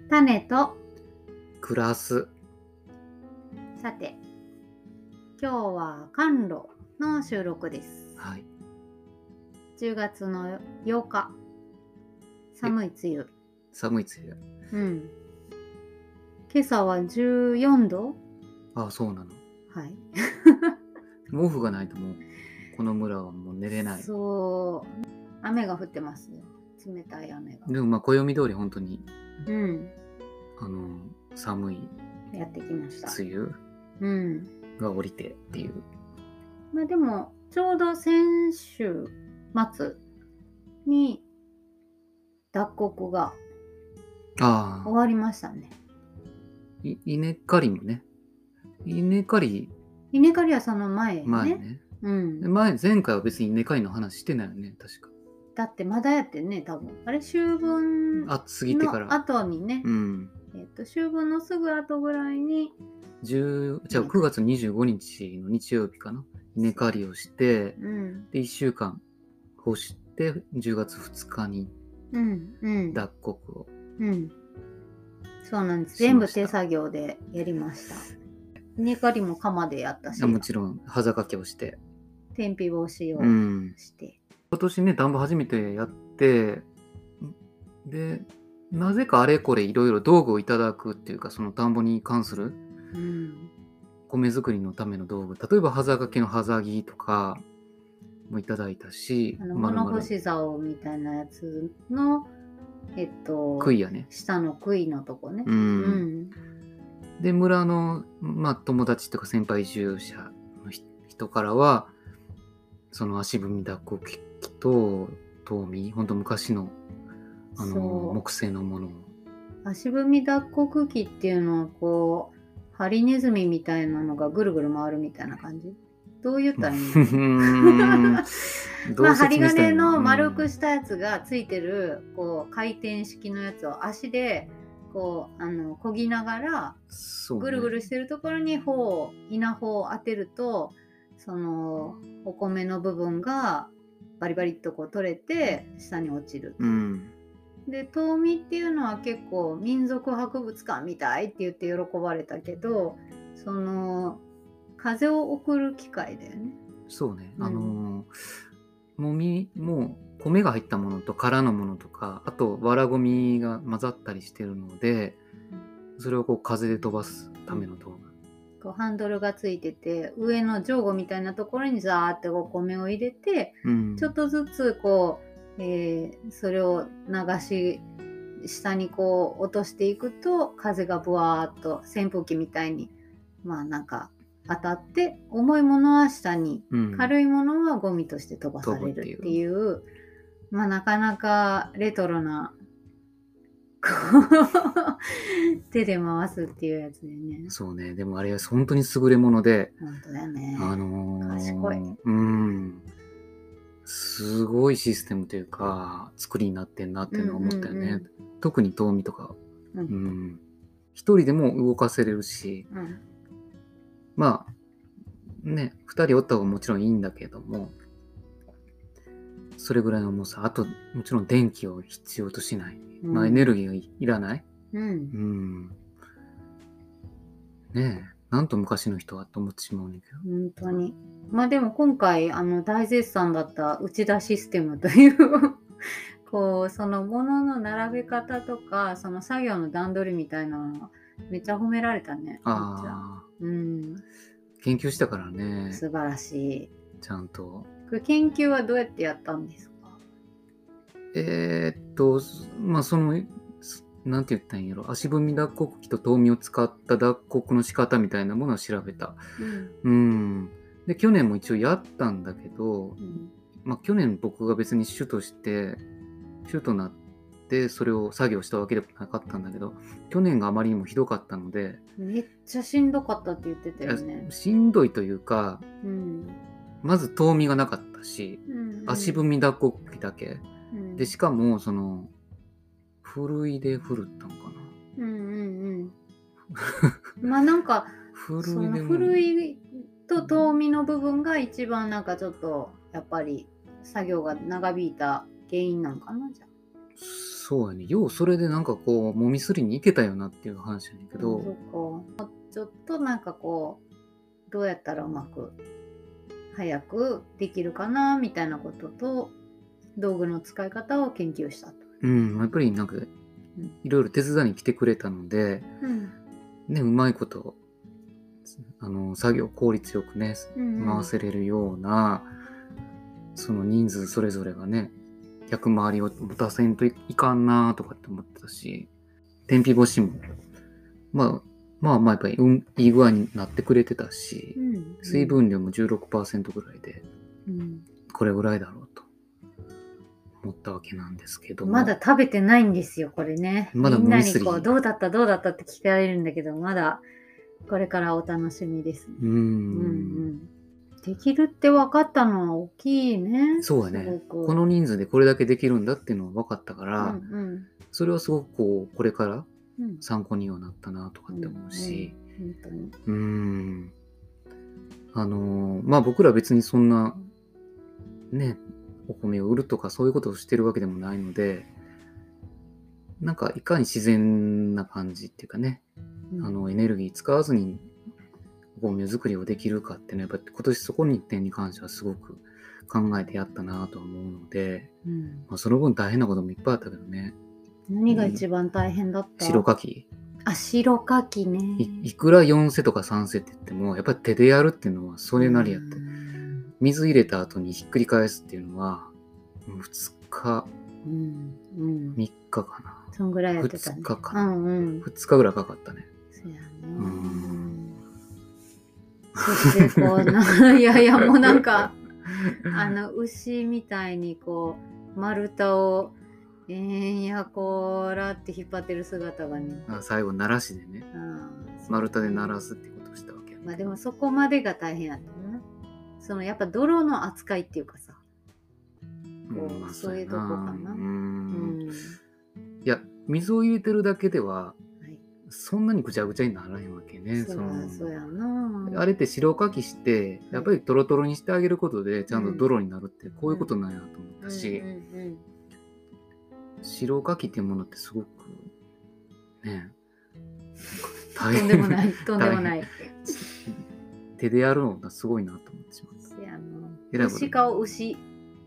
種と暮らす。 さて、今日は甘露の収録です。 はい。 10月の8日、寒い梅雨。 寒い梅雨。 今朝は14度。 ああ、そうなの。 はい。 毛布がないともうこの村はもう寝れない。 そう、雨が降ってますよ。冷たい雨が。 でも暦通り本当に寒いやってきました。 梅雨が降りてっていう。 でもちょうど先週末に脱穀が終わりましたね。 稲刈りもね。稲刈りはその前ね。 前回は別に稲刈りの話してないよね、確か。 だってまだやってね、多分。あれ、秋分の後にね。秋分のすぐ後ぐらいに。 9月25日の日曜日かな。稲刈りをして、で、1週間干して、10月2日に脱穀を。 そうなんです。全部手作業でやりました。稲刈りも鎌でやったし。 もちろん、葉咲きをして。 天日干しをして。 今年ね、田んぼ初めてやって、で、なぜかあれこれいろいろ道具をいただくっていうか、その田んぼに関する米作りのための道具、例えば葉咲きの葉ざぎとかもいただいたし、 物干し竿みたいなやつの杭やね、 下の杭のとこね。 で、村の友達とか先輩移住者の人からは、その足踏み脱穀機と灯明、ほんと昔の木製のものを。 足踏み脱穀機っていうのはこうハリネズミみたいなのがぐるぐる回るみたいな感じ。どう言ったらいいの？針金の丸くしたやつがついてるこう回転式のやつを足でこう漕ぎながらぐるぐるしてるところに稲穂を当てると、そのお米の部分がバリバリっとこう取れて下に落ちる。で、灯明っていうのは結構民族博物館みたいって言って喜ばれたけど、その風を送る機械だよね。 そうね。もう米が入ったものと空のものとか、あとわらごみが混ざったりしてるので、それをこう風で飛ばすための道具。 こうハンドルがついてて、上の上後みたいなところにザーってお米を入れて、ちょっとずつこうそれを流し下にこう落としていくと、風がブワーっと扇風機みたいになんか当たって、重いものは下に、軽いものはゴミとして飛ばされるっていう、なかなかレトロな手で回すっていうやつだよね。 そうね。でもあれは本当に優れもので、 本当だよね。賢い。 すごいシステムというか作りになってんなっていうのは思ったよね。特に灯明とか、一人でも動かせれるし、2人おった方がもちろんいいんだけども、それぐらいの重さ。あともちろん電気を必要としない、エネルギーがいらない。なんと昔の人はと思ってしまうんだけど。 本当に。でも今回大絶賛だった内田システムというこうその物の並べ方とか、その作業の段取りみたいなのはめっちゃ褒められたね。 研究したからね。 素晴らしい。 ちゃんと。 これ研究はどうやってやったんですか？ そのなんて言ったんやろ、足踏み脱穀機と灯明を使った脱穀の仕方みたいなものを調べた。で、去年も一応やったんだけど、去年僕が別に主となってそれを作業したわけでもなかったんだけど、去年があまりにもひどかったので。 めっちゃしんどかったって言ってたよね。 しんどいというか、まず灯明がなかったし、足踏み脱穀機だけ。で、しかもそのふるいで振るったのかな。 なんかそのふるいと灯明の部分が一番なんかちょっとやっぱり作業が長引いた原因なのかな。じゃあそうやね。ようそれでなんかこう、もみすりに行けたよなっていう話やねんけど。 そうか。ちょっとなんかこう、どうやったらうまく、早くできるかな、みたいなことと、道具の使い方を研究したと。 やっぱりなんか、いろいろ手伝いに来てくれたので、ね、うまいこと、作業効率よくね、回せれるような、その人数それぞれがね、役回りを持たせんといかんなとかって思ってたし、天日干しも、まあやっぱり、いい具合になってくれてたし、水分量も 16% ぐらいで、これぐらいだろうと思ったわけなんですけども。 まだ食べてないんですよ、これね。みんなにこう、どうだったって聞かれるんだけど、まだこれからお楽しみです。できるって分かったのは大きいね。 そうやね。この人数でこれだけできるんだっていうのは分かったから、それはすごくこう、これから参考にはなったなとかって思うし、まあ僕ら別にそんな、ね、お米を売るとかそういうことをしてるわけでもないので、なんかいかに自然な感じっていうかね、エネルギー使わずにお米作りをできるかっていうのはやっぱり今年そこに点に関してはすごく考えてやったなと思うので、まあ、その分大変なこともいっぱいあったけどね。 何が一番大変だった？ 白かき。 白かきね。 いくら4世とか3世って言ってもやっぱり手でやるっていうのはそれなりやって、水入れた後にひっくり返すっていうのは2日、3日かな。 そんぐらいやってたね。 2日かな。2日ぐらいかかったね。 そうやね。そしてこういやもうなんか牛みたいにこう丸太をやこらって引っ張ってる姿がね。 最後鳴らしでね。丸太で鳴らすってことをしたわけ。 まあでもそこまでが大変やったな。そのやっぱ泥の扱いっていうかさ。そういうとこかな。 いや、水を入れてるだけでは、そんなにぐちゃぐちゃにならへんわけね。 そうやな。 あれって白かきして、やっぱりトロトロにしてあげることで、ちゃんと泥になるってこういうことなんやと思ったし、白かきっていうものってすごく、ね、 大変。とんでもない、とんでもない。 手でやるのがすごいなと思ってしまった。 牛か牛。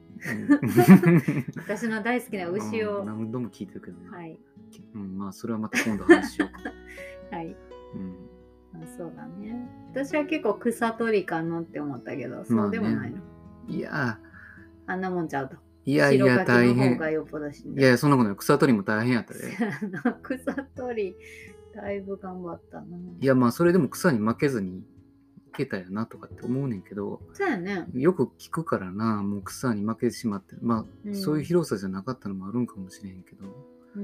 私の大好きな牛を何度も聞いてるけどね。 はい。 まあそれはまた今度話しようか。 はい。そうだね。私は結構草取りかなって思ったけど、そうでもないの。 いや、 あんなもんちゃうと。 いや大変。いやそんなことない。草取りも大変やったで。 草取りだいぶ頑張ったな。 いやまあそれでも草に負けずにいけたよなとかって思うねんけど、 そうやね。 よく聞くからな、もう草に負けてしまって、まあ、そういう広さじゃなかったのもあるんかもしれへんけど、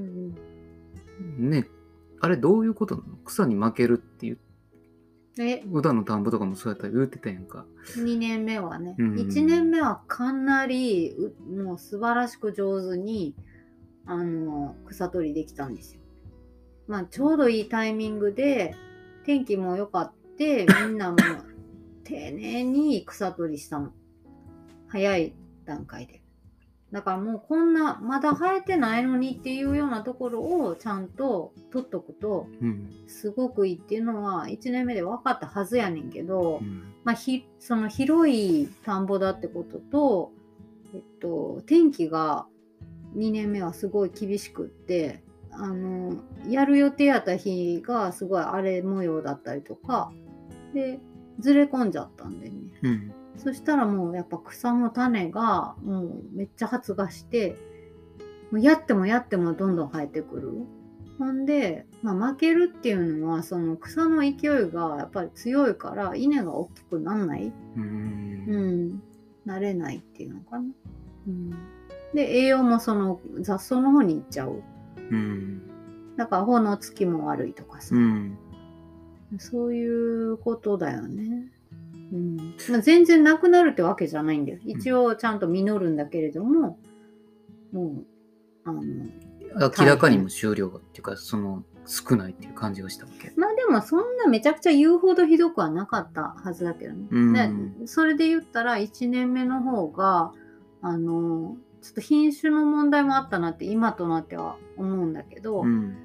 ね、あれどういうことなの？草に負けるっていう。宇田の田んぼとかもそうやったら言うてたやんか。 2年目はね、1年目はかなりもう素晴らしく上手に草取りできたんですよ。まあちょうどいいタイミングで天気も良かってみんなも丁寧に草取りしたの。早い段階で。だからもうこんなまだ生えてないのにっていうようなところをちゃんと取っとくとすごくいいっていうのは1年目で分かったはずやねんけど、まあその広い田んぼだってことと、天気が2年目はすごい厳しくってやる予定やった日がすごい荒れ模様だったりとかでずれ込んじゃったんでね。そしたらもうやっぱ草の種がもうめっちゃ発芽してもうやってもどんどん生えてくる。ほんで、まあ、負けるっていうのはその草の勢いがやっぱり強いから稲が大きくなんない、なれないっていうのかな。で栄養もその雑草の方に行っちゃう。だから穂のつきも悪いとかさ、そういうことだよね。まあ、全然なくなるってわけじゃないんだよ。一応ちゃんと実るんだけれども、もう明らかにも収量っていうかその少ないっていう感じがしたわけ。 まあでもそんなめちゃくちゃ言うほどひどくはなかったはずだけどね。それで言ったら1年目の方がちょっと品種の問題もあったなって今となっては思うんだけど、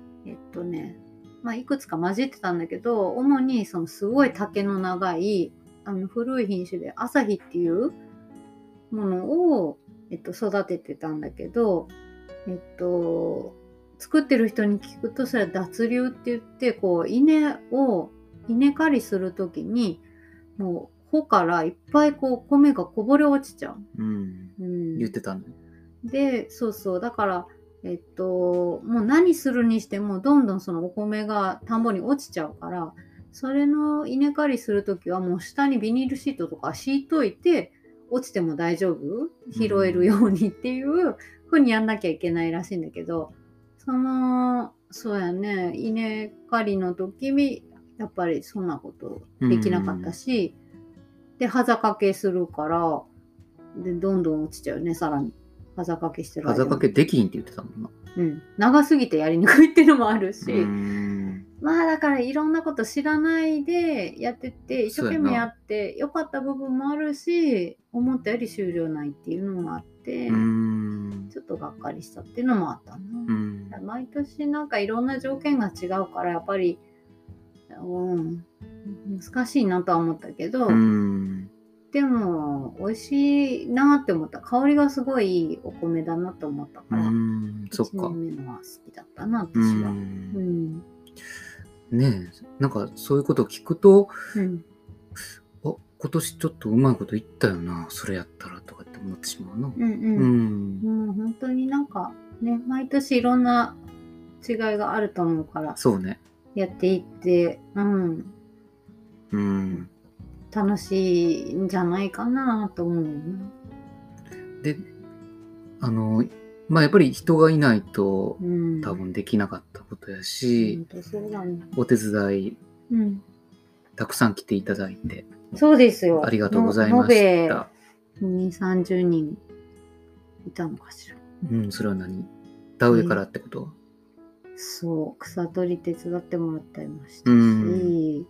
いくつか混じってたんだけど、主にそのすごい丈の長い古い品種で朝日っていうものを、育ててたんだけど、作ってる人に聞くとそれは脱粒って言って、こう稲刈りするときにもう穂からいっぱいこう米がこぼれ落ちちゃう。 言ってたね。 で、そうだから、もう何するにしてもどんどんそのお米が田んぼに落ちちゃうから、それの稲刈りするときはもう下にビニールシートとか敷いといて、落ちても大丈夫、拾えるようにっていう風にやんなきゃいけないらしいんだけど、そうやね、稲刈りの時にやっぱりそんなことできなかったし、で端掛けするからでどんどん落ちちゃうね。さらに端掛けしてる間端掛けできひんって言ってたもんな。 長すぎてやりにくいっていうのもあるし、だからいろんなこと知らないでやってて、一生懸命やってよかった部分もあるし、思ったより収量ないっていうのもあって、ちょっとがっかりしたっていうのもあったな。毎年なんかいろんな条件が違うからやっぱり、難しいなとは思ったけど、でも美味しいなって思った。香りがすごいいいお米だなと思ったから、 そっか。 1年目のは好きだったな、私は。 ねえ、なんかそういうことを聞くと、今年ちょっとうまいこと言ったよな、それやったらとかって思ってしまうな。もう本当になんかね、毎年いろんな違いがあると思うから、 そうね。やっていって、楽しいんじゃないかなと思う。 で、やっぱり人がいないと、多分できなかったことやし、お手伝い、たくさん来ていただいて、 そうですよ。 ありがとうございました。 2、30人いたのかしら。 それは何？田植えからってこと？ そう、草取り手伝ってもらってましたし、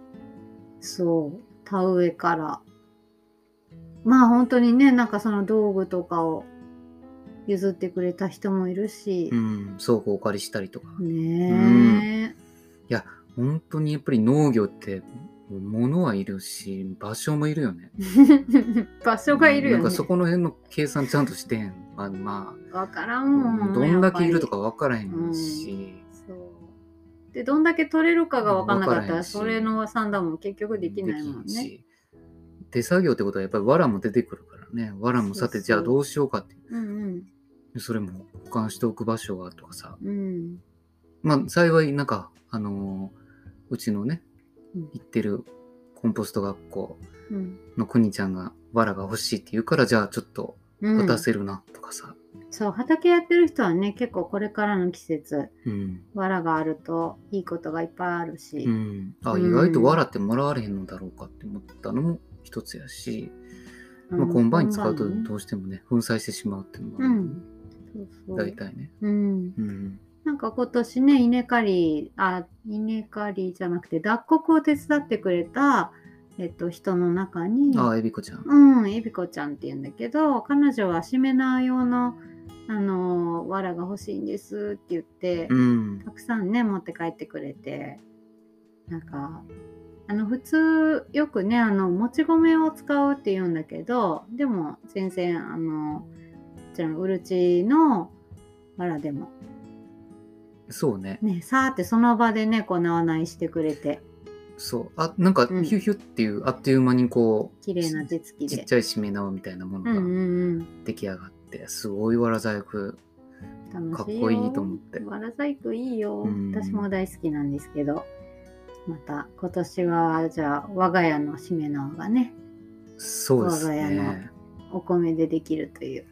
田植えから。本当にね、なんかその道具とかを譲ってくれた人もいるし。 倉庫お借りしたりとか。 いや、本当にやっぱり農業って、物はいるし、場所もいるよね。 場所がいるよね。 なんかそこの辺の計算ちゃんとしてん。 わからんもん。 どんだけいるとかわからへんし。 で、どんだけ取れるかがわからなかったら、それの算段も結局できないもんね。 手作業ってことはやっぱり藁も出てくるからね。藁もさて、じゃあどうしようかって。それも保管しておく場所がとかさ。幸いなんか、うちのね、行ってるコンポスト学校のくにちゃんが藁が欲しいって言うから、じゃあちょっと渡せるなとかさ。 そう、畑やってる人はね、結構これからの季節、藁があるといいことがいっぱいあるし。 意外と藁ってもらわれへんのだろうかって思ったのも一つやし、コンバイン使うとどうしてもね、粉砕してしまうっていうのも大体ね。なんか今年ね、稲刈りじゃなくて脱穀を手伝ってくれた、人の中に、 エビコちゃん。 エビコちゃんって言うんだけど、彼女はしめ縄用の藁が欲しいんですって言って、たくさんね持って帰ってくれて、なんか普通よくねもち米を使うって言うんだけど、でも全然うるちの藁でもそうね。 さーってその場でねこう縄内してくれて、 なんかヒュヒュっていう、あっという間にこう綺麗な手つきでちっちゃいしめ縄みたいなものが出来上がって、すごい藁細工かっこいいと思って。 藁細工いいよ。私も大好きなんですけど、また今年はじゃあ我が家のしめ縄がね、 そうですね、 我が家のお米でできるという。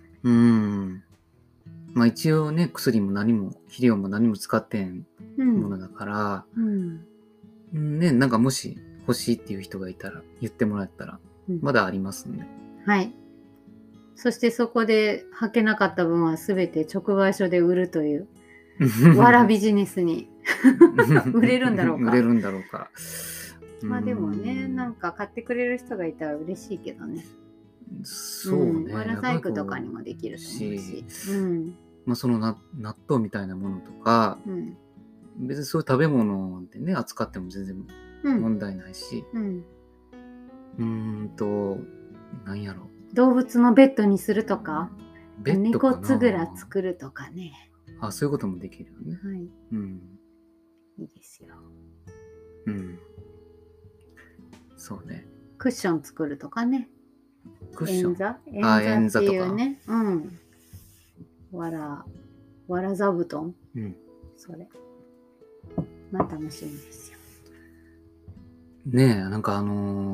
一応ね、薬も何も肥料も何も使ってんものだから、なんかもし欲しいっていう人がいたら言ってもらったらまだありますんで。 はい。そしてそこで履けなかった分は全て直売所で売るという藁ビジネスに売れるんだろうか。 売れるんだろうか。 でもね、なんか買ってくれる人がいたら嬉しいけどね。 そうね。 わら細工とかにもできると思うし。 その納豆みたいなものとか、別にそういう食べ物でね、扱っても全然問題ないし。なんやろ。 動物のベッドにするとか、 ベッドかな。 猫つぐら作るとかね。 そういうこともできるよね。 はい。いいですよ。 そうね。 クッション作るとかね。 クッション。 円座っていうね。わら座布団。それ。楽しみですよ。 ねえ、なんか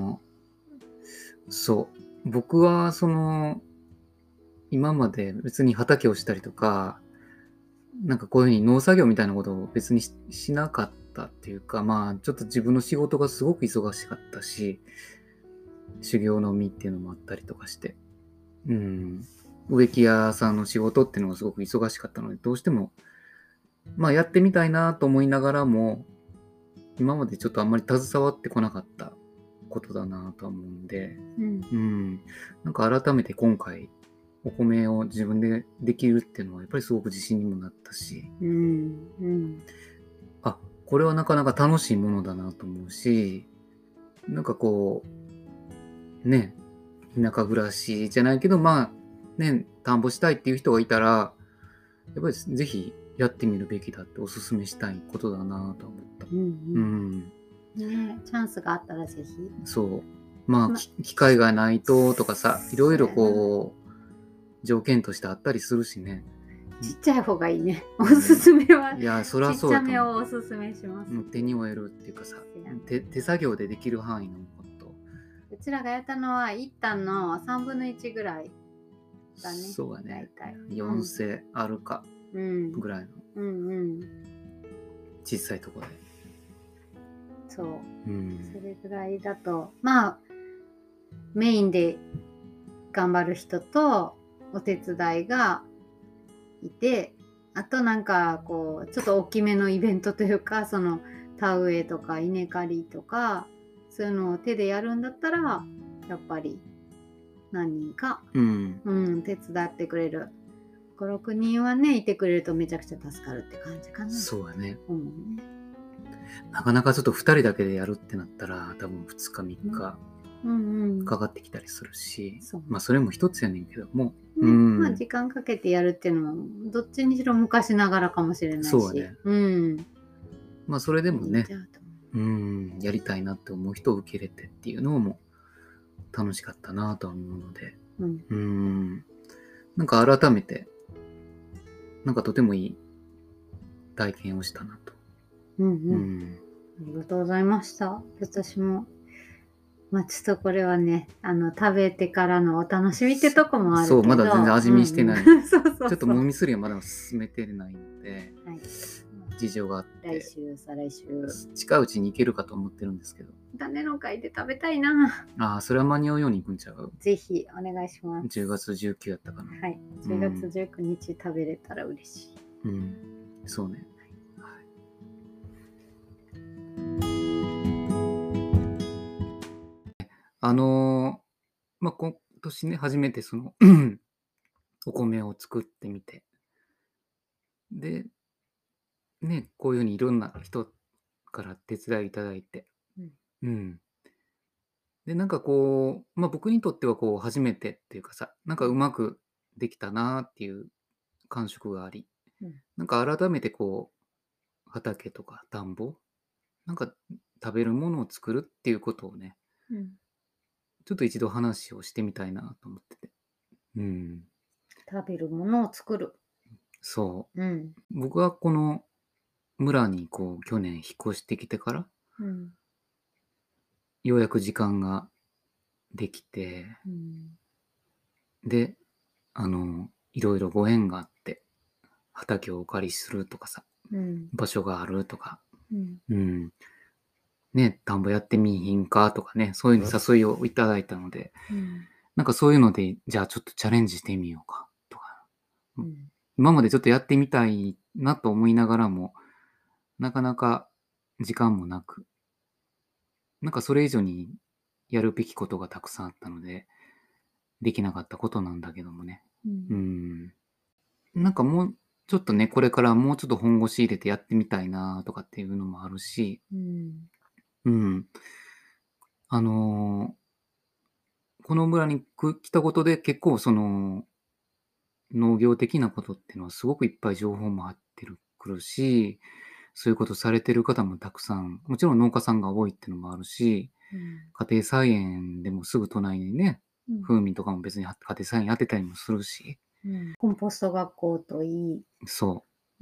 そう。僕は今まで別に畑をしたりとか、なんかこういうふうに農作業みたいなことを別に しなかったっていうか、ちょっと自分の仕事がすごく忙しかったし、修行の身っていうのもあったりとかして、植木屋さんの仕事っていうのがすごく忙しかったので、どうしても、やってみたいなと思いながらも、今までちょっとあんまり携わってこなかったことだなと思うんで、なんか改めて今回、お米を自分でできるっていうのはやっぱりすごく自信にもなったし、これはなかなか楽しいものだなと思うし、なんかこうね、田舎暮らしじゃないけど田んぼしたいっていう人がいたらやっぱりぜひやってみるべきだっておすすめしたいことだなと思った。 チャンスがあったらぜひ。 そう。機会がないととかさ、いろいろこう条件としてあったりするしね。 ちっちゃい方がいいね。おすすめは。 いや、そりゃそうだと思う。ちっちゃめをおすすめします。 手に負えるっていうかさ、手作業でできる範囲のこと。 うちらがやったのは一旦の3分の1ぐらいだね。 そうだね。4世あるかぐらいの小さいところで。 そう。それぐらいだとメインで頑張る人とお手伝いがいて、あとなんかこうちょっと大きめのイベントというか、その田植えとか稲刈りとかそういうのを手でやるんだったらやっぱり何人か、手伝ってくれる5、6人はねいてくれるとめちゃくちゃ助かるって感じかな。 そうだね。なかなかちょっと2人だけでやるってなったら多分2日3日かかってきたりするし、それも一つやねんけども、 時間かけてやるっていうのもどっちにしろ昔ながらかもしれないし、 そうね。それでもね、やりたいなって思う人を受け入れてっていうのも楽しかったなとは思うので、なんか改めてなんかとてもいい体験をしたなと。 ありがとうございました。私もちょっとこれはね、食べてからのお楽しみってとこもあるけど、 そう、まだ全然味見してない。ちょっともみすりはまだ進めてないので、事情があって、 再来週近いうちに行けるかと思ってるんですけど。 種の会で食べたいな。 それは間に合うように行くんちゃう？ ぜひお願いします。 10月19やったかな。 はい、10月19日食べれたら嬉しい。 そうね。今年ね、初めてそのお米を作ってみて、で、ね、こういうふうにいろんな人から手伝いいただいて、で、なんかこう、僕にとってはこう、初めてっていうかさ、なんかうまくできたなっていう感触があり、なんか改めてこう、畑とか田んぼ、なんか食べるものを作るっていうことをね、ちょっと一度話をしてみたいなと思ってて。 食べるものを作る。 そう。僕はこの村にこう去年引っ越してきてから、ようやく時間ができて、で、いろいろご縁があって、畑をお借りするとかさ、場所があるとか、ね、田んぼやってみいひんかとかね、そういう誘いをいただいたので、なんかそういうので、じゃあちょっとチャレンジしてみようかとか、今までちょっとやってみたいなと思いながらも、なかなか時間もなく、なんかそれ以上にやるべきことがたくさんあったので、 できなかったことなんだけどもね。 うん。 なんかもうちょっとね、これからもうちょっと本腰入れてやってみたいなとかっていうのもあるし、 うん。 うん。あの、この村に来たことで結構その、農業的なことっていうのはすごくいっぱい情報も入ってくるし、そういうことされてる方もたくさん、もちろん農家さんが多いっていうのもあるし、 うん。 家庭菜園でもすぐ隣にね、 うん。 風味とかも別に家庭菜園やってたりもするし、 うん。コンポスト学校といい。 そう。 うん。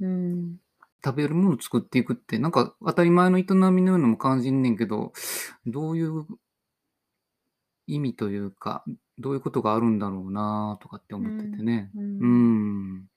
食べるものを作っていくって、なんか当たり前の営みのようなも感じんねんけど、どういう意味というか、どういうことがあるんだろうなとかって思っててうん。 ね。 ううーん。 ん。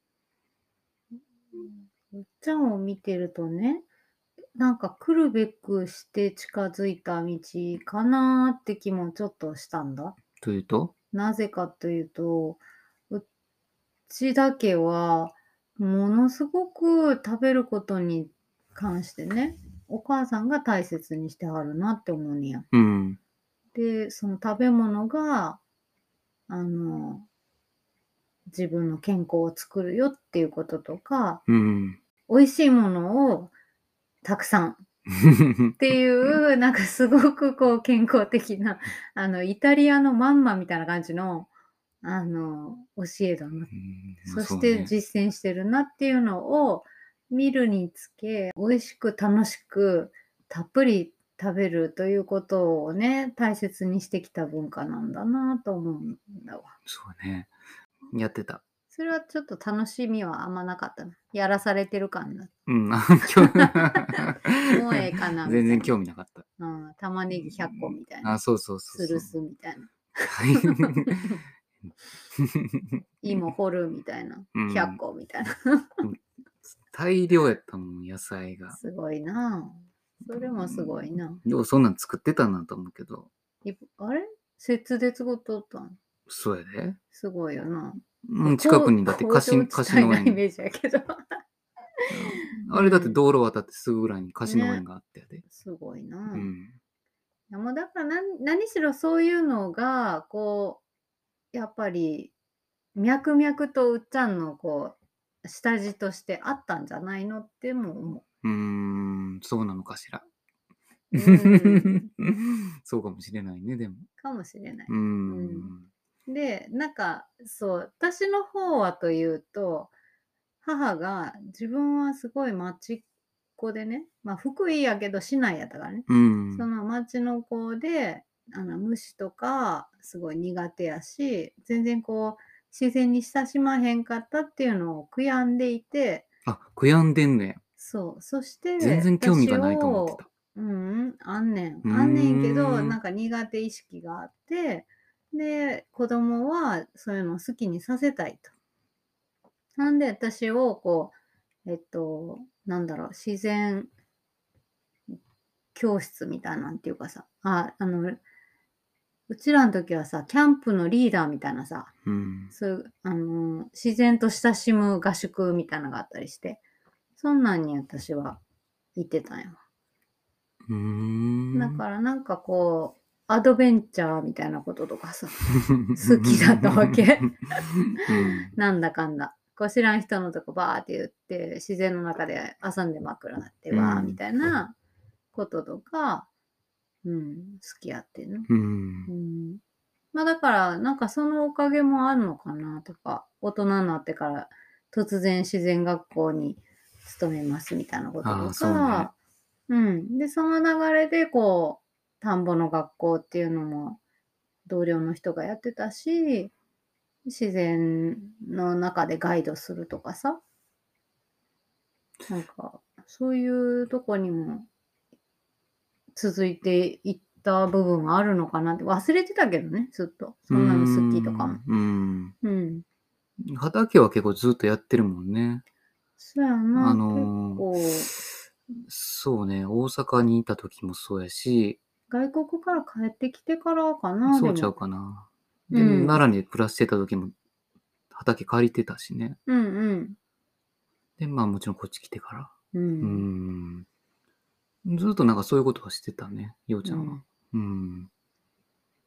うっちゃんを見てるとね、なんか来るべくして近づいた道かなって気もちょっとしたんだ。 というと？ なぜかというと、うちだけは、ものすごく食べることに関してね、お母さんが大切にしてはるなって思うんや。 うん。 で、その食べ物が、あの、自分の健康を作るよっていうこととか、 うん。 美味しいものをたくさんっていう、なんかすごくこう健康的な、イタリアのマンマみたいな感じの、教えだな。 まあ、 そしそうね。 て実践してるなっていうのを見るにつけ、美味しく楽しくたっぷり食べるということをね、大切にしてきた文化なんだなと思うんだわ。 そうね。やってた。 それはちょっと楽しみはあんまなかったな。やらされてる感だ。 うん、 もうええかなみ全然たいな。 興味なかった。 うん、玉ねぎ100個みたいな。 あ、そうそうそう吊るそう。 すみたいな。 はい。 芋掘るみたいな。100 うん。 個みたいな。 大量やったもん、野菜が。 すごいなぁ。それもすごいな。 ようそんなん作ってたなと思うけど。 あれ節で作っとったんそうやで。 すごいよな。 うん、近くにだって工場地帯貸し農園。 なイメージやけど。 あれだって道路渡ってすぐぐらいに貸し農園ね、 があってやで。 すごいなぁ。いうん。 やもうだから何しろそういうのが、こう、やっぱり脈々とうっちゃんのこう、下地としてあったんじゃないのっても思そうなのかしら。 う。ん。 そうかもしれないね、でも。 かもしれない。 うーうん。 ん。 で、なんか、そう、私の方はというと、母が自分はすごい町っ子でね、まあ、福井やけど市内やったからね。 うん。 その町の子で、虫とかすごい苦手やし、全然こう、自然に親しまへんかったっていうのを悔やんでいて、 あ、悔やんでんねや。 そう、そし全て然興味が私ないと思ってをた。 あんねん。 うーあんねんけど、 ん。 なんか苦手意識があって、で、子供はそういうのを好きにさせたいと。なんで私をこう、なんだろう、自然教室みたいなんていうかさ、うちらの時はさ、キャンプのリーダーみたいなさ、 うん。 そういう、自然と親しむ合宿みたいなのがあったりして、そんなんに私は行ってたんやわ。 うーん。 だからなんかこう、アドベンチャーみたいなこととかさ、好きだったわけ。 うん。 なんだかんだ。こう知らん人のとこバーって言って、自然の中で遊んで真っ暗になってわーみうん。 たいなこととか、好きやってんの。 うん。 まあだから、なんかそのおかげもあるのかなとか、大人になってから突然自然学校に勤めますみたいなこととああ、そうね。 か、で、その流れでこう、田んぼの学校っていうのも同僚の人がやってたし、自然の中でガイドするとかさ、なんか、そういうとこにも続いていった部分があるのかなって忘れてたけどね、ずっと。 うーそんなの好きとかも。 ん。 うん。 畑は結構ずっとやってるもんね。 そやあな、結の構、 そうね、大阪にいた時もそうやし、 外国から帰ってきてからかな、 そうちゃうでも。 かな。で、 うん。 奈良に暮らしてた時も畑借りてたしね。 うんうん。 で、まあもちろんこっち来てから。 ううーん。 ん。ずっとなんかそういうことはしてたね、ようちゃんは。 うん。 うん。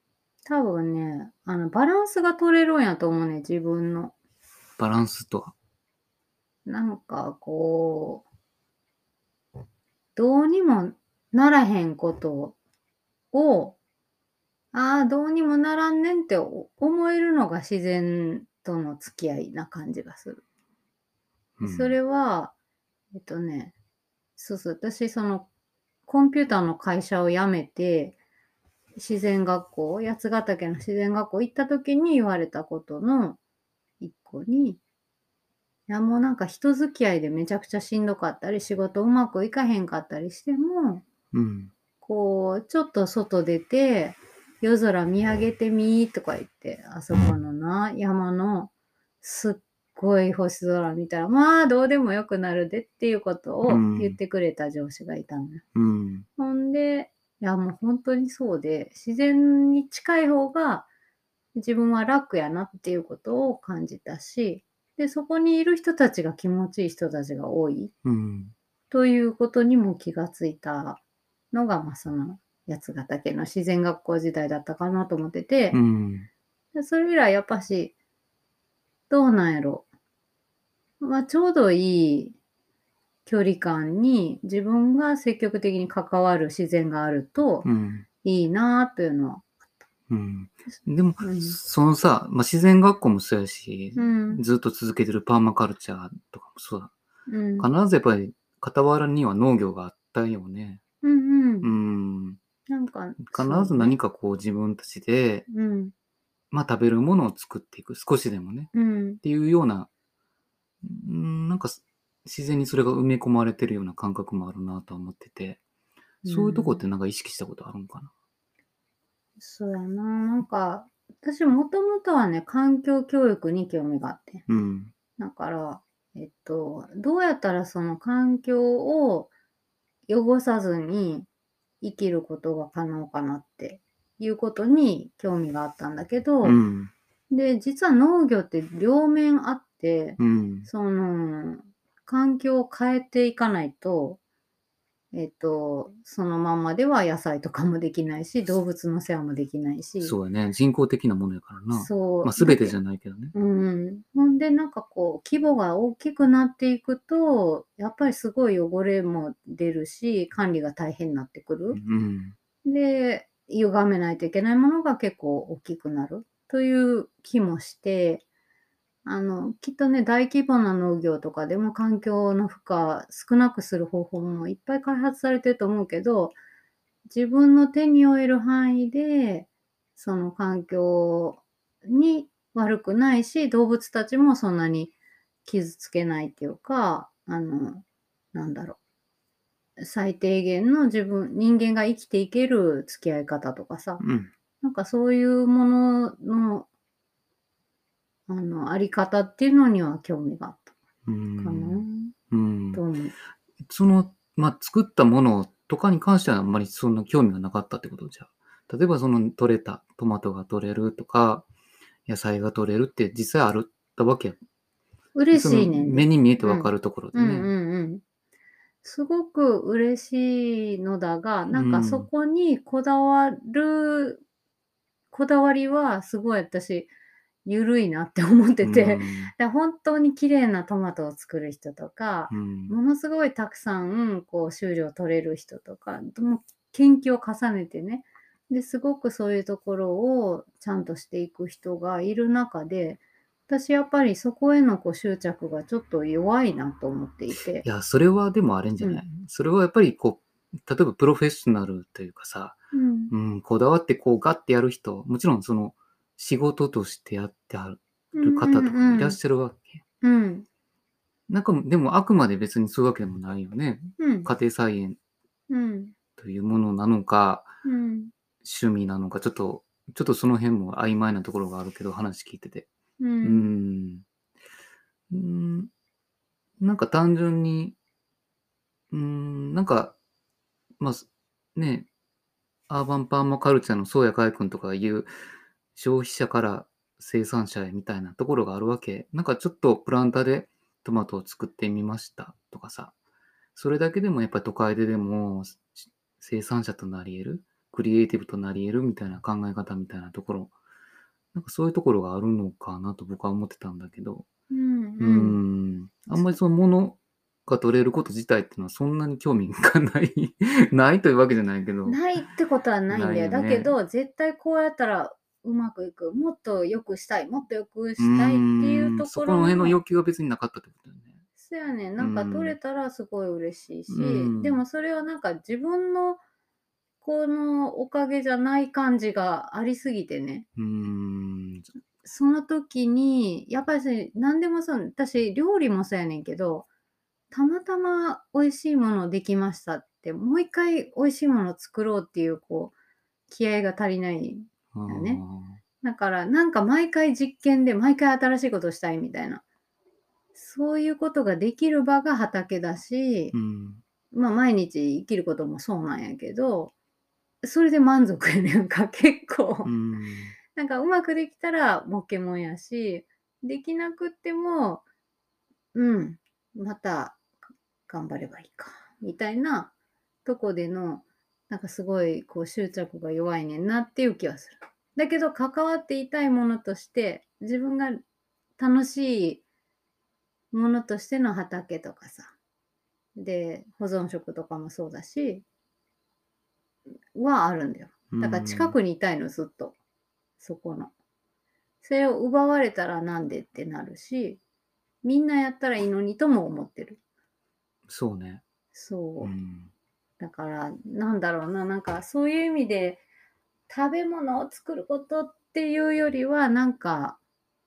多分ね、バランスが取れるんやと思うね、自分の。 バランスとは。 なんかこう、どうにもならへんことを、ああ、どうにもならんねんって思えるのが自然との付き合いな感じがする。それは、えっとね、そうそう、私コンピューターの会社を辞めて、自然学校、八ヶ岳の自然学校行った時に言われたことの一個に、いやもうなんか人付き合いでめちゃくちゃしんどかったり、仕事うまくいかへんかったりしても、 うん。 こう、ちょっと外出て、夜空見上げてみーとか言って、あそこのな、山のすっごい星空見たら、まあどうでもよくなるでっていうことうを言っん。 てくれた上司がいたのよ。 うん。 ほんで、いやもう本当にそうで、自然に近い方が自分は楽やなっていうことを感じたし、で、そこにいる人たちが気持ちいい人たちが多いうん。 ということにも気がついたのが、八ヶ岳の自然学校時代だったかなと思ってうて、 ん。 でそれ以来やっぱし、どうなんやろ。ちょうどいい距離感に自分が積極的に関わる自然があるとうん。 いいなというのは。 うん。でも、 うん。 そのさ、自然学校もそうやし、 うん。 ずっと続けてるパーマカルチャーとかもそうだ。 うん。 必ずやっぱり傍らには農業があったよね。 うんううん。 ん。 なんか、 必そうね。 ず何かこう自分たちで、 うん。 食べるものを作っていく。少しでもね。 うん。 っていうような、なんか自然にそれが埋め込まれてるような感覚もあるなとは思ってて、 うそういうとこってん。 なんか意識したことあるんかな。 そうやな。なんか、私もともとはね、環境教育に興味があって。 うん。 だから、どうやったらその環境を汚さずに生きることが可能かなっていうことに興味があったんだけど、 うん。 で、実は農業って両面あって、 うん。 環境を変えていかないと、そのまんまでは野菜とかもできないし、動物の世話もできないし、 そうやね。人工的なものやからな。 そう、 全てじゃないけどね。 うん。ほんで、なんかこう、規模が大きくなっていくと、やっぱりすごい汚れも出るし、管理が大変になってくうる。 ん。 で、歪めないといけないものが結構大きくなるという気もして、きっとね、大規模な農業とかでも環境の負荷少なくする方法もいっぱい開発されてると思うけど、自分の手に負える範囲で、その環境に悪くないし、動物たちもそんなに傷つけないっていうか、なんだろ最低限の人間が生きていける付き合い方とかさ、 うん。 なんかそういうものの、あり方っていうのには興味があったうかなん。うん。 と思う。 作ったものとかに関してはあんまりそんな興味がなかったってことじゃ。例えば取れたトマトが取れるとか、野菜が取れるって実際あるったわけや。 嬉しいねんで。 目に見えてうん。 わかるところでね。 うんうんうん。すごく嬉しいのだが、 うなんかそん。 こにこだわりはすごい私、緩いなって思っうてて、 ん。 本当に綺麗なトマトを作る人とか、 うん。 ものすごいたくさんこう収量取れる人とか、もう研究を重ねてね、で、すごくそういうところをちゃんとしていく人がいる中で、私やっぱりそこへの執着がちょっと弱いなと思っていて。 いや、それはでもあれんじゃない？ うん。 それはやっぱり例えばプロフェッショナルというかさ、 うん。 こだわってガッてやる人、もちろん仕事としてやってはるうんう方とかもいんうん。 らっしゃるわけ。 うん。 でもあくまで別にそういうわけでもないよね。 うん。 家庭菜園うん。 というものなのか、 うん。 趣味なのか、ちょっとその辺も曖昧なところがあるけど、話聞いてて。うーうん。 ん。うーん、なんか単純に、なんか、まあ、ね、アーバンパーマカルチャーの宗谷海君とかが言う、消費者から生産者へみたいなところがあるわけ。なんかちょっとプランターでトマトを作ってみましたとかさ。それだけでもやっぱり都会でも生産者となり得る。 クリエイティブとなり得るみたいな考え方みたいなところ、なんかそういうところがあるのかなと僕は思ってたんだけど、あんまりそのものが取れること自体っていうのはそんなに興味がないないというわけじゃないけど。 ないってことはないんだよ。だけど、絶対こうやったらうまくいく。もっと良くしたい。もっと良くしたいっていうとそころこの辺のの、 欲求は別になかったってことだよね。 そうやねん。なんか取れたらすごい嬉しいし、 うんでもそれはなんか自分のこのおかげじゃない感じがありすぎてね。その時に、やっぱり何でもそう、私料理もそうやねんけど、たまたま美味しいものできましたって、もう一回美味しいものを作ろうっていう、こう、気合が足りないよね。だから、なんか毎回実験で、毎回新しいことをしたいみたいな。そういうことができる場が畑だし、まあ毎日生きることもそうなんやけど、それで満足やねんか、結構。なんかうまくできたらもっけもんやし、できなくっても、また頑張ればいいか、みたいなとこでの、なんかすごいこう執着が弱いねんなっていう気はする。だけど関わっていたいものとして、自分が楽しいものとしての畑とかさ、で、保存食とかもそうだし、はあるんだよ。だから近くにいたいの、ずっと。そこの。それを奪われたらなんでってなるし、みんなやったらいいのにとも思ってる。 そうね。 そう。だから、なんだろうな、なんかそういう意味で、食べ物を作ることっていうよりは、なんか、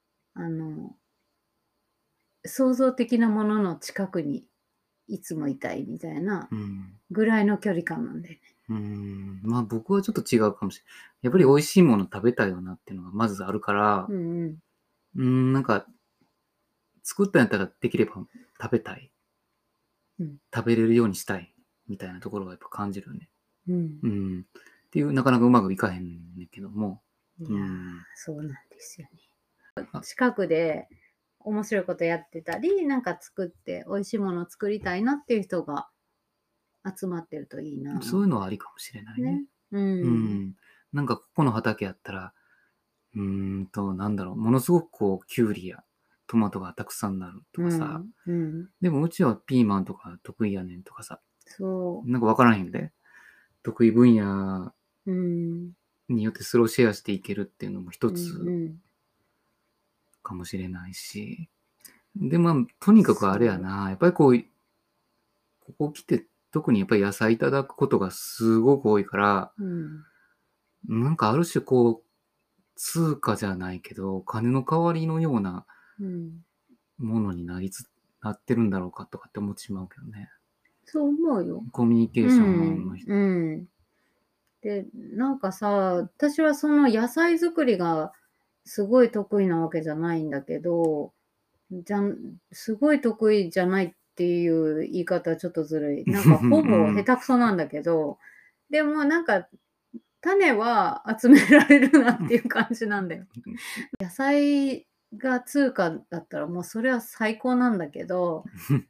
創造的なものの近くにいつもいたいみたいなぐらいの距離感なんだよね。 まあ僕はちょっと違うかもしれない。やっぱり美味しいもの食べたいよなっていうのがまずあるから、なんか、作ったんやったらできれば食べたい。食べれるようにしたい。みたいなところがやっぱ感じるよね。っていう、なかなかうまくいかへんねんけども。 いやそうなんですよね。近くで面白いことやってたり、なんか作って美味しいものを作りたいなっていう人が集まってるといいな。 そういうのはありかもしれないね。なんかここの畑やったら、なんだろう、ものすごくこう、キュウリやトマトがたくさんなるとかさ、でもうちはピーマンとか得意やねんとかさ、なんかわからへんで、得意分野によってそれをシェアしていけるっていうのも一つかもしれないし、で、まあ、とにかくあれやな、やっぱりこう、ここ来て特にやっぱり野菜いただくことがすごく多いから、なんかある種こう、通貨じゃないけど、金の代わりのようなものになってるんだろうかとかって思ってしまうけどね。 そう思うよ。 コミュニケーションの人。 で、なんかさ、私はその野菜作りがすごい得意なわけじゃないんだけど、すごい得意じゃないっていう言い方はちょっとずるい。なんかほぼ下手くそなんだけど、でもなんか種は集められるなっていう感じなんだよ。野菜が通貨だったらもうそれは最高なんだけど、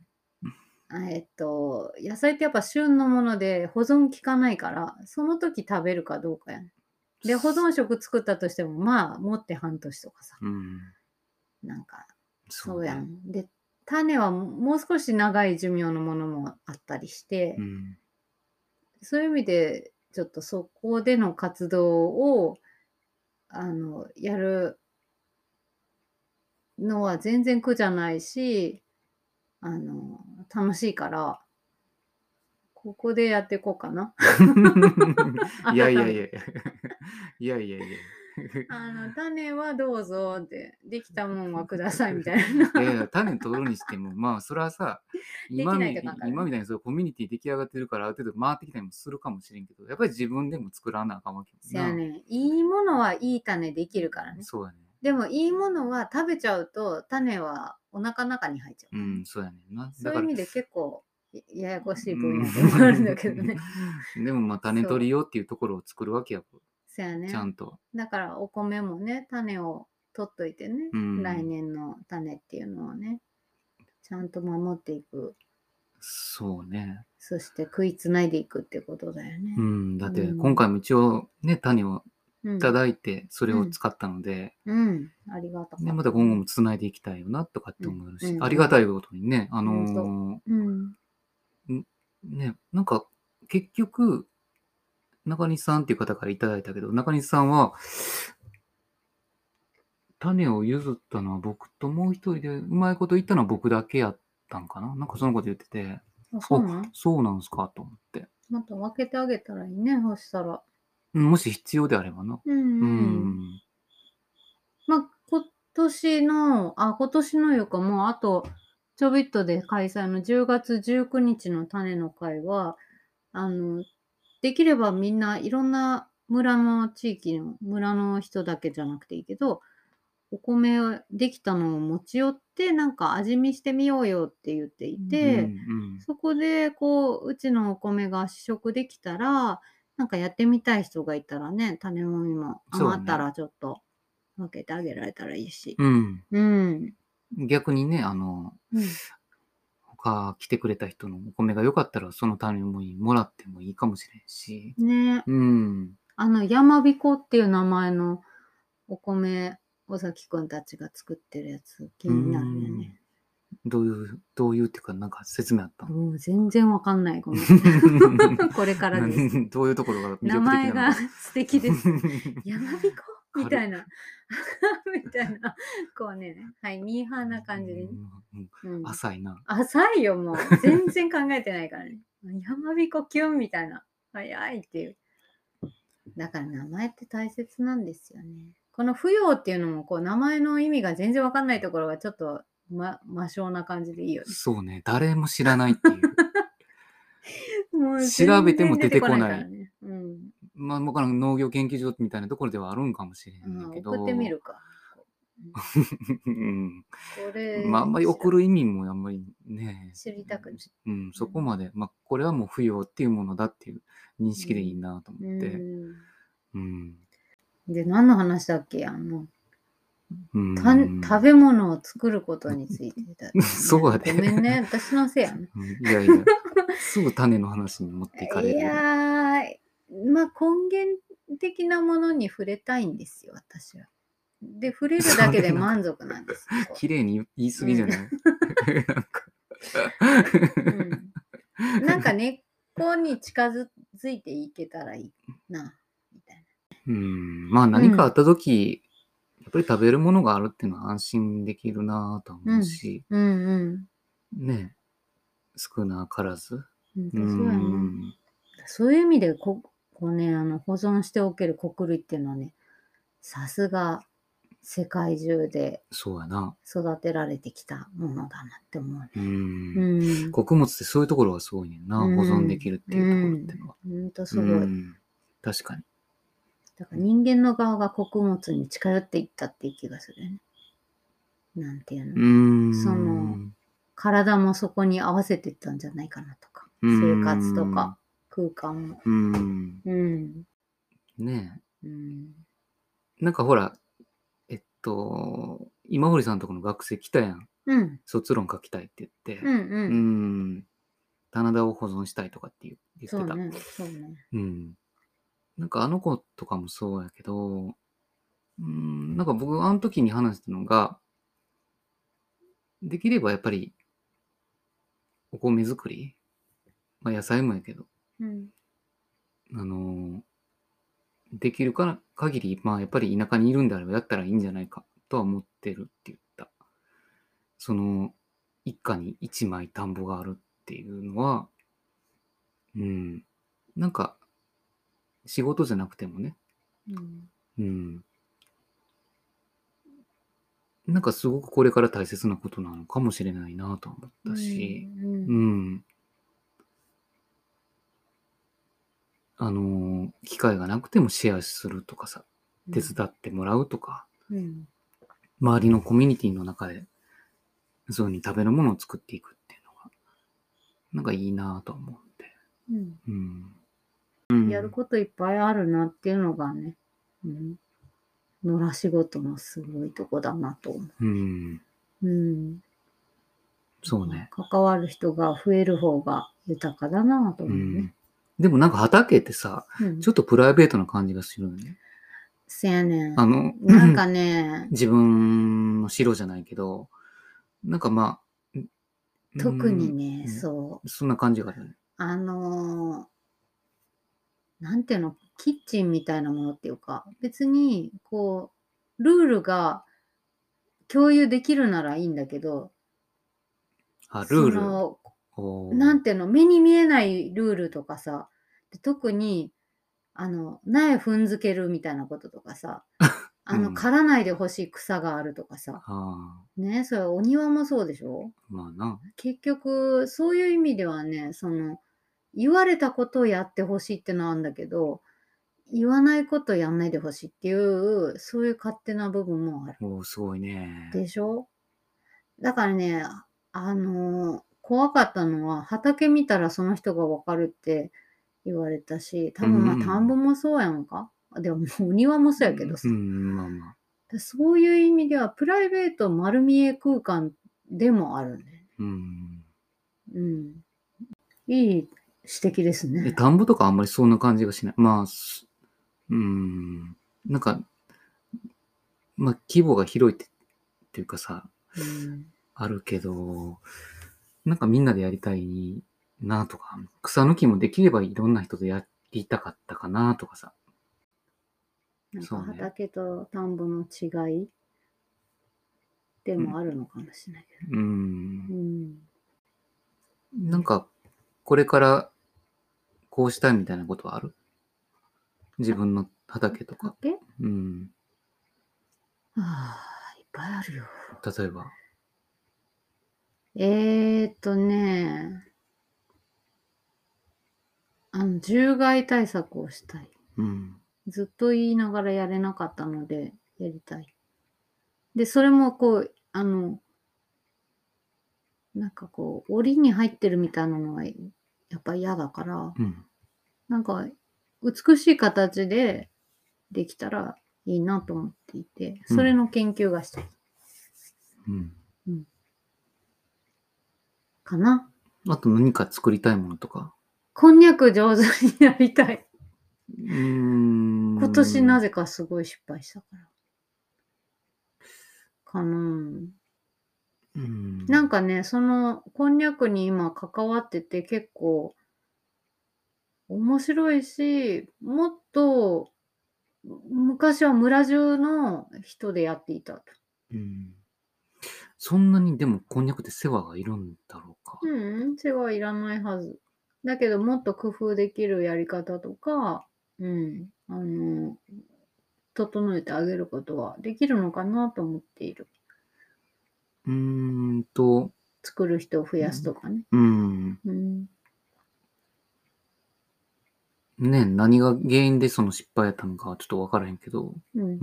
野菜ってやっぱ旬のもので保存効かないから、その時食べるかどうかやん。で、保存食作ったとしても、まあ、持って半年とかさ。なんか、そうやん。で、種はもう少し長い寿命のものもあったりして、そういう意味で、ちょっとそこでの活動を、やるのは全然苦じゃないし、楽しいから、ここでやっていこうかな。 いやいやいや。いやいやいや。 種はどうぞって、できたもんはくださいみたいな。 いやいや、種取るにしても、まあ、それはさ、今みたいにそうコミュニティ出来上がってるから、ある程度回ってきたりもするかもしれんけど、やっぱり自分でも作らなあかんわけそやね。いいものはいい種できるからね。 そうやね。 でもいいものは食べちゃうと、種はお腹の中に入っちゃう。 そうやねんな。 そういう意味で結構ややこしい分野でもあるんだけどね。 でもまあ種取りよっていうところを作るわけや。 そやね。 ちゃんと。 だからお米もね、種を取っといてね、来年の種っていうのをね、ちゃんと守っていくそうね。 そして食いつないでいくってことだよね。 うん。だって今回も一応ね、種をいただいて、それを使ったので、 ありがたかった、 ね、また今後もつないでいきたいよな、とかって思うし、 うんありがたいことにね、ね、なんか、結局、中西さんっていう方からいただいたけど、中西さんは、種を譲ったのは僕ともう一人で、うまいこと言ったのは僕だけやったんかな。なんかそのこと言ってて、そうなんすかと思って。 また分けてあげたらいいね、そしたら。 もし必要であればな。 まあ、今年のいうか、もうあと、ちょびっとで開催の10月19日の種の会は、できればみんないろんな地域の村の人だけじゃなくていいけど、お米をできたのを持ち寄って、なんか味見してみようよって言っていて、そこでうちのお米が試食できたら、なんかやってみたい人がいたらね、種もみも余ったらちょっと分けてあげられたらいいし。 逆にね、他来てくれた人のお米が良かったら、その種ももらってもいいかもしれんし。 ね。やまびこっていう名前のお米、尾崎くんたちが作ってるやつ、気になるよね。 どういうっていうか、なんか説明あったの？ 全然わかんない。ごめん。これからです。 どういうところが魅力的な名のか。 前が素敵です。やまびこみたいな。みたいな。こうね、はい、ミーハーな感じでね。 浅いな。 浅いよ、もう。全然考えてないからね。やまびこキュンみたいな。早いっていう。だから名前って大切なんですよね。この扶養っていうのも、名前の意味が全然わかんないところがちょっと、魔性な感じでいいよね。 そうね。誰も知らないっていう。 もう調べても出てこない。まあ、僕らの農業研究所みたいなところではあるんかもしれんけど。 送ってみるか。 まあ、あんまり送る意味もあんまりね。 知りたくない。 そこまで。まあ、これはもう扶養っていうものだっていう認識でいいなと思って。 で、何の話だっけ食べ物を作ることについてだ、ね。 そうやで。 ごめんね、私のせいやね。 いや、すぐ種の話に持っていかれる。 いやー、まあ根源的なものに触れたいんですよ、私は。で、触れるだけで満足なんです。 綺麗に言い過ぎじゃない？ なんか根っこに近づいていけたらいいな、みたいな。 まあ何かあった時、やっぱり食べるものがあるっていうのは安心できるなと思うし、ね、少なからず。 そういう意味で保存しておける穀類っていうのはね、さすが世界中で育てられてきたものだなって思うね。 穀物ってそういうところがすごいねんな、保存できるっていうところっていうのは。 ほんとすごい。 確かに。 だから人間の側が穀物に近寄っていったっていう気がするね。なんていうの。体もそこに合わせていったんじゃないかなとか。生活とか空間も。 ねえ。なんかほら、今堀さんとこの学生来たやん。卒論書きたいって言って。棚田を保存したいとかって言ってた。 そうね。 なんかあの子とかもそうやけど、なんか僕あの時に話したのが、できればやっぱりお米作り、まあ野菜もやけど、できる限り、まあやっぱり田舎にいるんであればやったらいいんじゃないかとは思ってるって言った。一家に一枚田んぼがあるっていうのは、なんか仕事じゃなくてもね、なんかすごくこれから大切なことなのかもしれないなと思ったし、機会がなくてもシェアするとかさ、手伝ってもらうとか、周りのコミュニティの中で、そういうふうに食べるものを作っていくっていうのが、なんかいいなと思うん。やることいっぱいあるなっていうのがね、野良仕事のすごいとこだなと思う。 そうね。 関わる人が増える方が豊かだなと思うね。 でもなんか畑ってさ、ちょっとプライベートな感じがするよね。 せやねん。なんかね、 自分の城じゃないけど、なんかまあ、 特にね、 そんな感じがあるよね。 なんていうの、キッチンみたいなものっていうか、別に、こう、ルールが共有できるならいいんだけど、 ルール。 なんていうの、目に見えないルールとかさ、特に、苗踏んづけるみたいなこととかさ、刈らないでほしい草があるとかさ、ね、それお庭もそうでしょ？ まあな。 結局、そういう意味ではね、言われたことをやってほしいってのはあるんだけど、言わないことやんないでほしいっていう、そういう勝手な部分もある。 すごいね。 でしょ？だからね、怖かったのは、畑見たらその人がわかるって言われたし、多分まあ田んぼもそうやんか。でもお庭もそうやけどさ。 まあまあ。そういう意味では、プライベート丸見え空間でもあるね。いい指摘ですね。 田んぼとかあんまりそんな感じがしない。まあ、なんか、まあ規模が広いっていうかさ、あるけど、なんかみんなでやりたいなとか、草抜きもできればいろんな人とやりたかったかなとかさ。 なんか畑と田んぼの違いでもあるのかもしれないけど。 なんか、これからこうしたいみたいなことはある？自分の畑とか。 畑？いっぱいあるよ。 例えば。 獣害対策をしたい。 うん。 ずっと言いながらやれなかったので、やりたい。で、それもこう、なんかこう、檻に入ってるみたいなのは、やっぱ嫌だから、なんか、美しい形でできたらいいなと思っていて、それの研究がしたい。かな。 あと何か作りたいものとか。 こんにゃく上手になりたい。今年なぜかすごい失敗したから。かな。なんかね、こんにゃくに今関わってて結構面白いし、もっと昔は村中の人でやっていたと。 そんなにでもこんにゃくって世話がいるんだろうか。 世話いらないはず。だけどもっと工夫できるやり方とか、整えてあげることはできるのかなと思っている。作る人を増やすとかね。 ね、何が原因でその失敗やったのかはちょっとわからへんけど。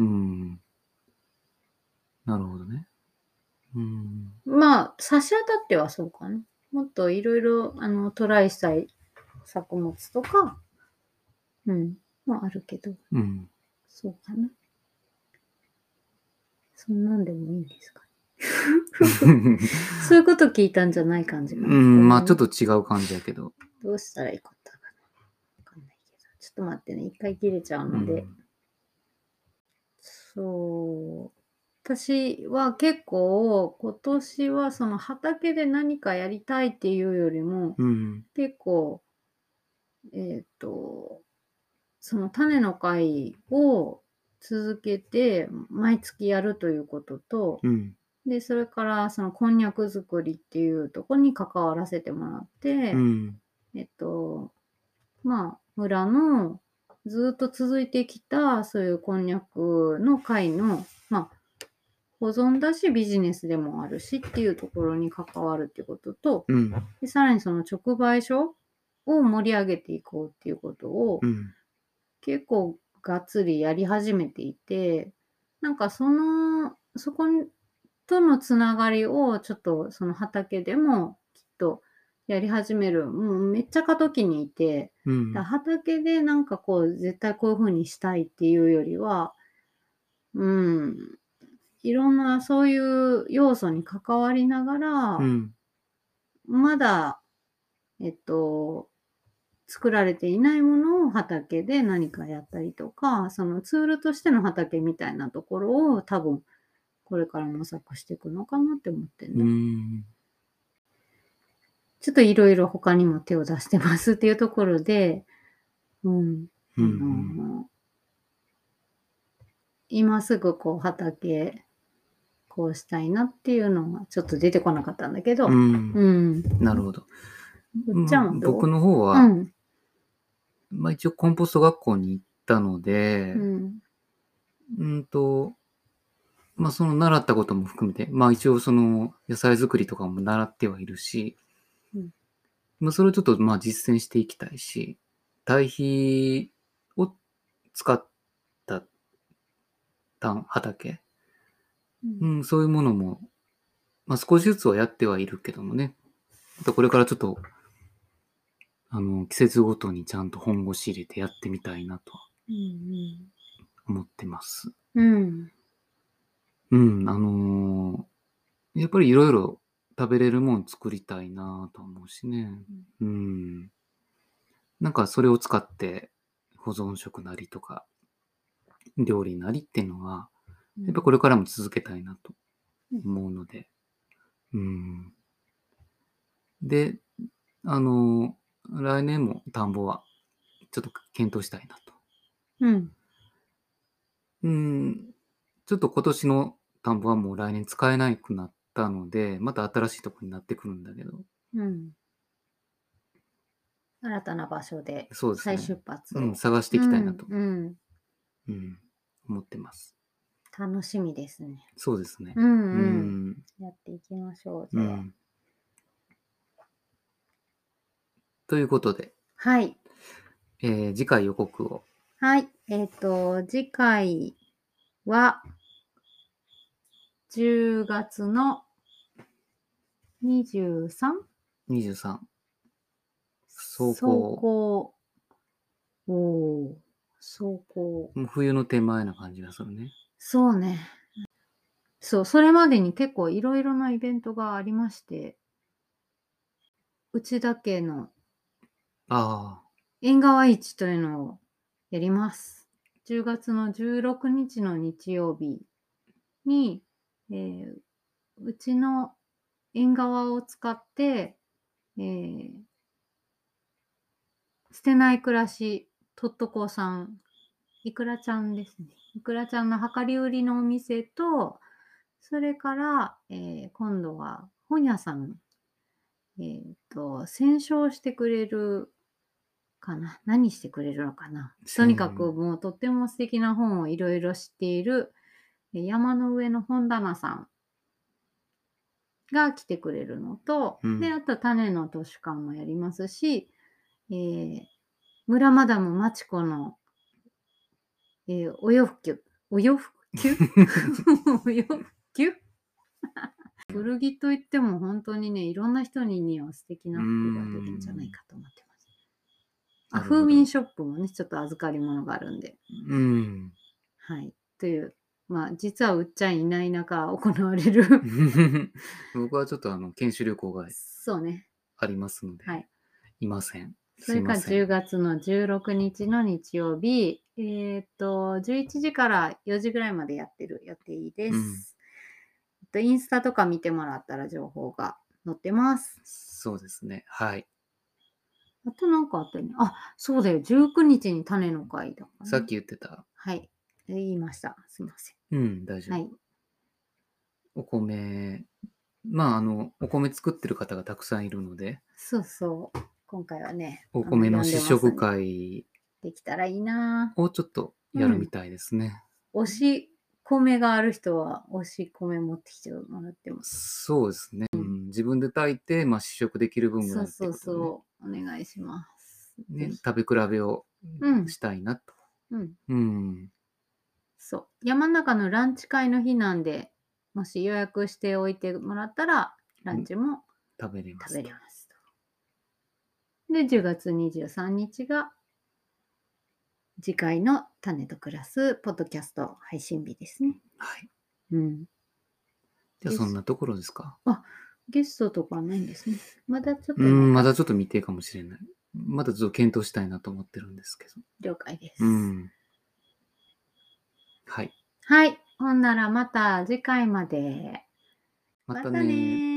なるほどね。 まあ、差し当たってはそうかな。もっといろいろ、トライしたい作物とか、まああるけど。そうかな。そんなんでもいいんですかね。そういうこと聞いたんじゃない感じかな。 まあちょっと違う感じやけど。 どうしたらいいことかな。わかんないけど。ちょっと待ってね。一回切れちゃうので。そう。私は結構今年はその畑で何かやりたいっていうよりも、結構、その種の会を続けて毎月やるということと、で、それからそのこんにゃく作りっていうところに関わらせてもらって、まあ、村のずっと続いてきたそういうこんにゃくの会の、まあ、保存だしビジネスでもあるしっていうところに関わるっていうことと、でさらにその直売所を盛り上げていこうっていうことを、結構がっつりやり始めていて、なんかそことのつながりをちょっとその畑でもきっとやり始める。もうめっちゃ過渡期にいて、畑でなんかこう絶対こういう風にしたいっていうよりは、いろんなそういう要素に関わりながら、 まだ、作られていないものを畑で何かやったりとか、そのツールとしての畑みたいなところを多分これから模索していくのかなって思ってね。ちょっといろいろ他にも手を出してますっていうところで、今すぐこう畑、こうしたいなっていうのがちょっと出てこなかったんだけど。 なるほど。 ちゃんはどう？ 僕の方は、一応コンポスト学校に行ったので、その習ったことも含めて、一応その野菜作りとかも習ってはいるし、それをちょっと実践していきたいし、堆肥を使った畑、そういうものも、少しずつはやってはいるけどもね、またこれからちょっと、季節ごとにちゃんと本腰入れてやってみたいなと思ってます。やっぱりいろいろ食べれるもん作りたいなと思うしね。なんかそれを使って保存食なりとか料理なりっていうのは、やっぱこれからも続けたいなと思うので。で、来年も田んぼはちょっと検討したいなと。ちょっと今年の田んぼはもう来年使えなくなったので、また新しいところになってくるんだけど。 新たな場所で再出発を、 探していきたいなと、思ってます。 楽しみですね。 そうですね。 やっていきましょう、じゃあ。 ということで、 はい。 次回予告を。 はい。次回は、10月の 23？23。走行。走行。 もう冬の手前な感じがするね。 そうね。そう、それまでに結構いろいろなイベントがありまして、内田家の縁側市というのをやります。10月の16日の日曜日に、うちの縁側を使って、捨てない暮らし、とっとこさん、いくらちゃんですね。いくらちゃんの量り売りのお店と、それから、今度は本屋さん、選書してくれるかな。何してくれるのかな。とにかくもうとっても素敵な本をいろいろ知っている山の上の本棚さんが来てくれるのと、で、あと種の図書館もやりますし、村マダムマチコの、お洋服お洋服お洋服古着といっても本当にね、いろんな人に似合う素敵な服が出るんじゃないかと思ってます。風民ショップもね、ちょっと預かり物があるんで。はい。という、実はうっちゃんいない中行われる僕はちょっと研修旅行がそうね。 ありますので、いません。 それから10月の16日の日曜日、11時から4時ぐらいまでやってる予定です。インスタとか見てもらったら情報が載ってます。 そうですね。はい。 あとなんかあったよね。そうだよ。19日に種の会だから、 さっき言ってた。 はい。言いました。すみません。大丈夫。はい。お米、お米作ってる方がたくさんいるので。 そうそう。今回はね。 お米の試食会。 できたらいいな。 をちょっとやるみたいですね。 推し米がある人は推し米持ってきてもらってます。 そうですね。自分で炊いて、試食できる分ぐらいってことね。 そう。お願いします。 ね、食べ比べをしたいなと。 そう。山の中のランチ会の日なんで、もし予約しておいてもらったら、ランチも食べれます。 で、10月23日が、次回の種と暮らすポッドキャスト配信日ですね。 はい。 じゃあそんなところですか。 ゲストとかないんですね。まだちょっとまだちょっと未定かもしれない。まだちょっと検討したいなと思ってるんですけど。 了解です。 はい。 はい。ほんならまた次回まで。 またね。